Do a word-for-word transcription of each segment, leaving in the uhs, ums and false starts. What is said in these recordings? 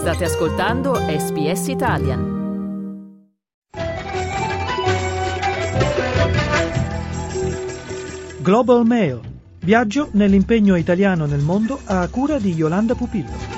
State ascoltando S B S Italian. Global Mail. Viaggio nell'impegno italiano nel mondo a cura di Yolanda Pupillo.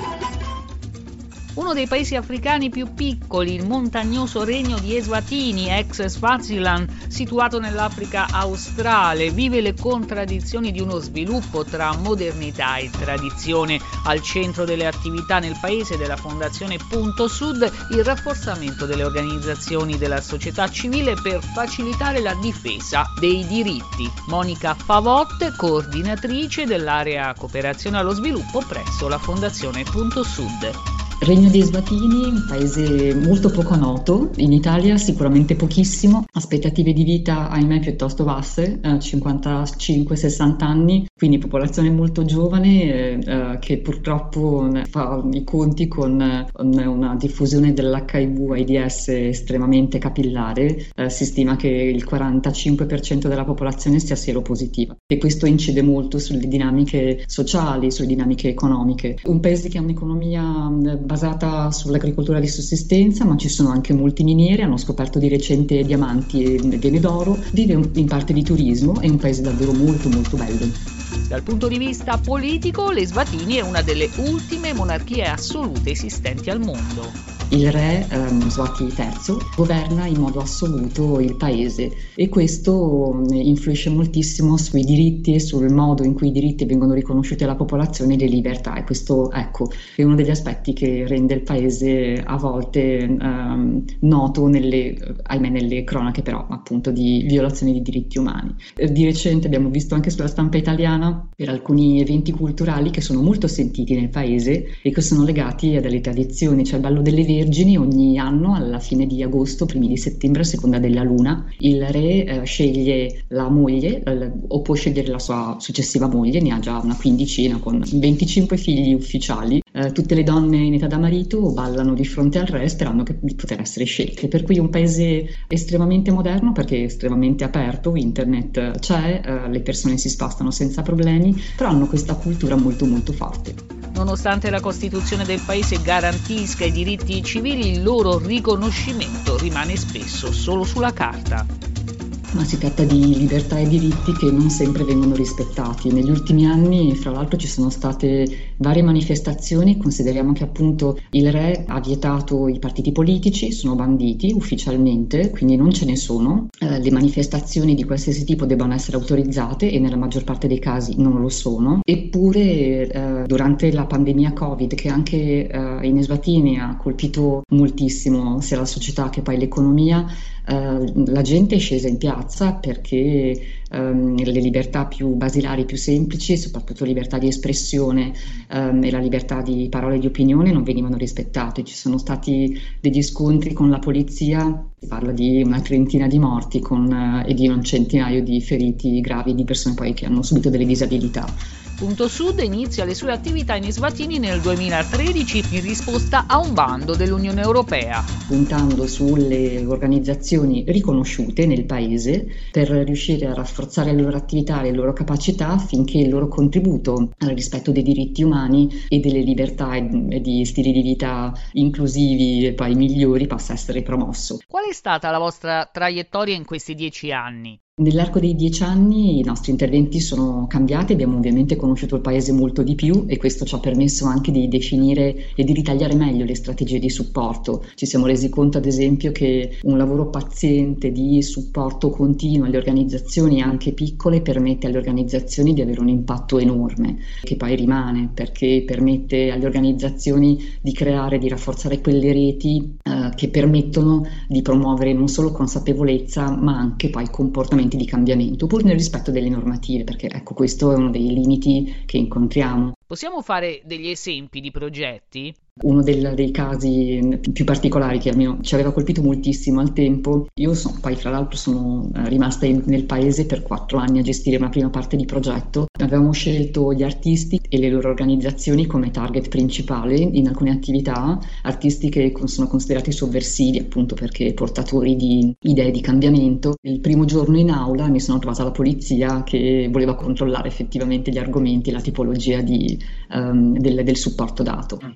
Uno dei paesi africani più piccoli, il montagnoso regno di Eswatini, ex Swaziland, situato nell'Africa australe, vive le contraddizioni di uno sviluppo tra modernità e tradizione. Al centro delle attività nel paese della Fondazione Punto Sud, il rafforzamento delle organizzazioni della società civile per facilitare la difesa dei diritti. Monica Favot, coordinatrice dell'area cooperazione allo sviluppo presso la Fondazione Punto Sud. Regno di Eswatini, un paese molto poco noto, in Italia sicuramente pochissimo, aspettative di vita ahimè piuttosto basse, eh, cinquantacinque sessanta anni, quindi popolazione molto giovane eh, che purtroppo fa i conti con eh, una diffusione dell'H I V AIDS estremamente capillare. Eh, si stima che il quarantacinque per cento della popolazione sia seropositiva e questo incide molto sulle dinamiche sociali, sulle dinamiche economiche. Un paese che ha un'economia basata sull'agricoltura di sussistenza, ma ci sono anche molti minieri, hanno scoperto di recente diamanti e vene d'oro, vive in parte di turismo, è un paese davvero molto molto bello. Dal punto di vista politico, l'Eswatini è una delle ultime monarchie assolute esistenti al mondo. Il re eh, Mswati terzo governa in modo assoluto il paese e questo influisce moltissimo sui diritti e sul modo in cui i diritti vengono riconosciuti alla popolazione e le libertà, e questo ecco è uno degli aspetti che rende il paese a volte ehm, noto nelle, ahimè, nelle cronache però appunto di violazioni di diritti umani. Di recente abbiamo visto anche sulla stampa italiana per alcuni eventi culturali che sono molto sentiti nel paese e che sono legati a delle tradizioni, cioè il ballo delle Vergini ogni anno alla fine di agosto, primi di settembre, a seconda della luna. Il re eh, sceglie la moglie eh, o può scegliere la sua successiva moglie, ne ha già una quindicina con venticinque figli ufficiali. Eh, tutte le donne in età da marito ballano di fronte al re sperando che, di poter essere scelte. Per cui è un paese estremamente moderno perché è estremamente aperto, internet c'è, eh, le persone si spostano senza problemi, però hanno questa cultura molto molto forte. Nonostante la Costituzione del paese garantisca i diritti civili, il loro riconoscimento rimane spesso solo sulla carta. Ma si tratta di libertà e diritti che non sempre vengono rispettati. Negli ultimi anni, fra l'altro, ci sono state varie manifestazioni. Consideriamo che appunto il re ha vietato i partiti politici, sono banditi ufficialmente, quindi non ce ne sono. Eh, le manifestazioni di qualsiasi tipo devono essere autorizzate e nella maggior parte dei casi non lo sono. Eppure eh, durante la pandemia Covid, che anche eh, in Eswatini ha colpito moltissimo sia la società che poi l'economia, eh, la gente è scesa in piazza perché um, le libertà più basilari, più semplici, soprattutto libertà di espressione um, e la libertà di parola e di opinione non venivano rispettate. Ci sono stati degli scontri con la polizia, si parla di una trentina di morti con, uh, e di un centinaio di feriti gravi, di persone poi che hanno subito delle disabilità. Punto Sud inizia le sue attività in Eswatini nel duemilatredici in risposta a un bando dell'Unione Europea. Puntando sulle organizzazioni riconosciute nel paese per riuscire a rafforzare le loro attività e le loro capacità affinché il loro contributo al rispetto dei diritti umani e delle libertà e di stili di vita inclusivi e poi migliori possa essere promosso. Qual è stata la vostra traiettoria in questi dieci anni? Nell'arco dei dieci anni i nostri interventi sono cambiati, abbiamo ovviamente conosciuto il paese molto di più e questo ci ha permesso anche di definire e di ritagliare meglio le strategie di supporto. Ci siamo resi conto ad esempio che un lavoro paziente di supporto continuo alle organizzazioni anche piccole permette alle organizzazioni di avere un impatto enorme che poi rimane perché permette alle organizzazioni di creare, di rafforzare quelle reti eh, che permettono di promuovere non solo consapevolezza ma anche poi comportamenti di cambiamento, pur nel rispetto delle normative, perché ecco questo è uno dei limiti che incontriamo. Possiamo fare degli esempi di progetti? Uno del, dei casi più particolari che almeno ci aveva colpito moltissimo al tempo, io so, poi fra l'altro sono rimasta in, nel paese per quattro anni a gestire una prima parte di progetto. Avevamo scelto gli artisti e le loro organizzazioni come target principale in alcune attività, artisti che sono considerati sovversivi appunto perché portatori di idee di cambiamento. Il primo giorno in aula mi sono trovata la polizia che voleva controllare effettivamente gli argomenti e la tipologia di, um, del, del supporto dato e ci siamo resi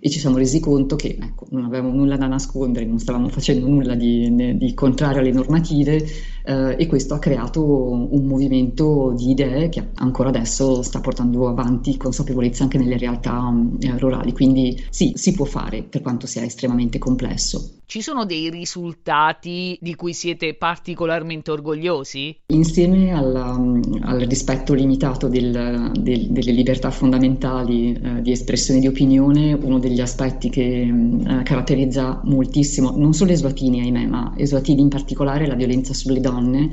resi conto che ecco, non avevamo nulla da nascondere, non stavamo facendo nulla di, di contrario alle normative, eh, e questo ha creato un movimento di idee che ancora adesso sta portando avanti consapevolezza anche nelle realtà eh, rurali. Quindi sì, si può fare, per quanto sia estremamente complesso. Ci sono dei risultati di cui siete particolarmente orgogliosi? Insieme alla, al rispetto limitato del, del, delle libertà fondamentali eh, di espressione di opinione, uno degli aspetti che eh, caratterizza moltissimo non solo Eswatini, ahimè, ma Eswatini in particolare, è la violenza sulle donne.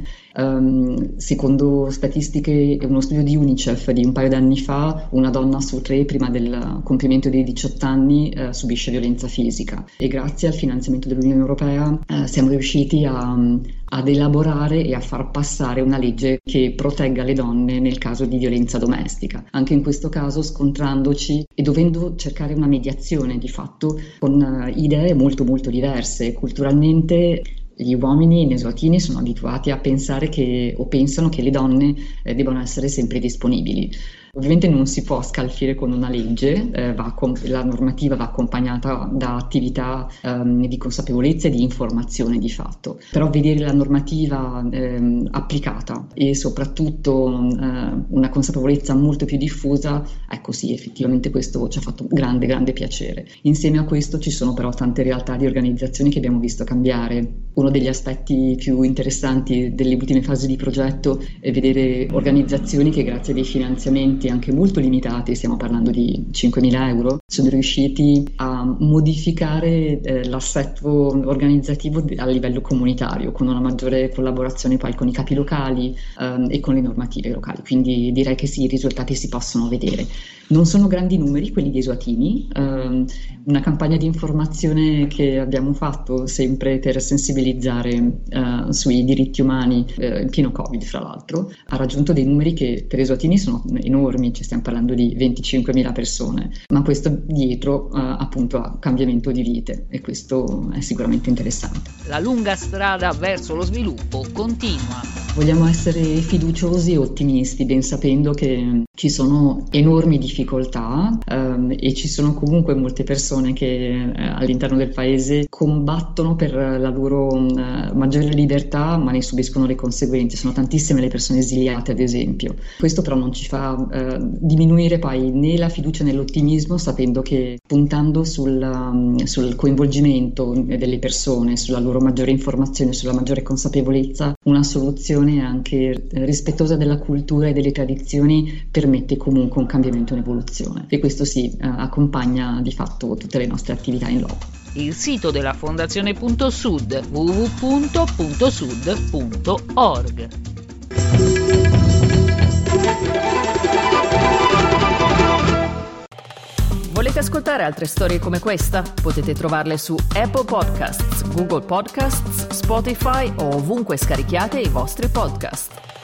Um, secondo statistiche, uno studio di UNICEF di un paio d'anni fa, una donna su tre prima del compimento dei diciotto anni eh, subisce violenza fisica, e grazie al finanziamento dell'Unione Europea eh, siamo riusciti a, ad elaborare e a far passare una legge che protegga le donne nel caso di violenza domestica, anche in questo caso scontrandoci e dovendo cercare una mediazione di fatto con uh, idee molto molto diverse. Culturalmente gli uomini in Eswatini sono abituati a pensare che, o pensano che le donne eh, debbano essere sempre disponibili. Ovviamente non si può scalfire con una legge, eh, va com- la normativa va accompagnata da attività ehm, di consapevolezza e di informazione di fatto, però vedere la normativa ehm, applicata e soprattutto eh, una consapevolezza molto più diffusa, ecco sì, effettivamente questo ci ha fatto grande grande piacere. Insieme a questo ci sono però tante realtà di organizzazioni che abbiamo visto cambiare. Uno degli aspetti più interessanti delle ultime fasi di progetto è vedere organizzazioni che grazie a dei finanziamenti anche molto limitati, stiamo parlando di cinquemila euro, sono riusciti a modificare eh, l'assetto organizzativo a livello comunitario, con una maggiore collaborazione poi con i capi locali ehm, e con le normative locali. Quindi direi che sì, i risultati si possono vedere. Non sono grandi numeri quelli di Eswatini, ehm, una campagna di informazione che abbiamo fatto sempre per sensibilizzare eh, sui diritti umani eh, in pieno Covid, fra l'altro, ha raggiunto dei numeri che per Eswatini sono enormi, ci stiamo parlando di venticinquemila persone, ma questo dietro eh, appunto a cambiamento di vite, e questo è sicuramente interessante. La lunga strada verso lo sviluppo continua. Vogliamo essere fiduciosi e ottimisti, ben sapendo che ci sono enormi difficoltà ehm, e ci sono comunque molte persone che eh, all'interno del paese combattono per la loro eh, maggiore libertà, ma ne subiscono le conseguenze. Sono tantissime le persone esiliate, ad esempio. Questo però non ci fa eh, diminuire poi né la fiducia né l'ottimismo, sapendo che puntando sul, um, sul coinvolgimento delle persone, sulla loro maggiore informazione, sulla maggiore consapevolezza, una soluzione anche rispettosa della cultura e delle tradizioni permette comunque un cambiamento e un'evoluzione, e questo si eh, accompagna di fatto tutte le nostre attività in loco. Il sito della Fondazione Punto Sud, w w w punto punto sud punto org. Volete ascoltare altre storie come questa? Potete trovarle su Apple Podcasts, Google Podcasts, Spotify o ovunque scarichiate i vostri podcast.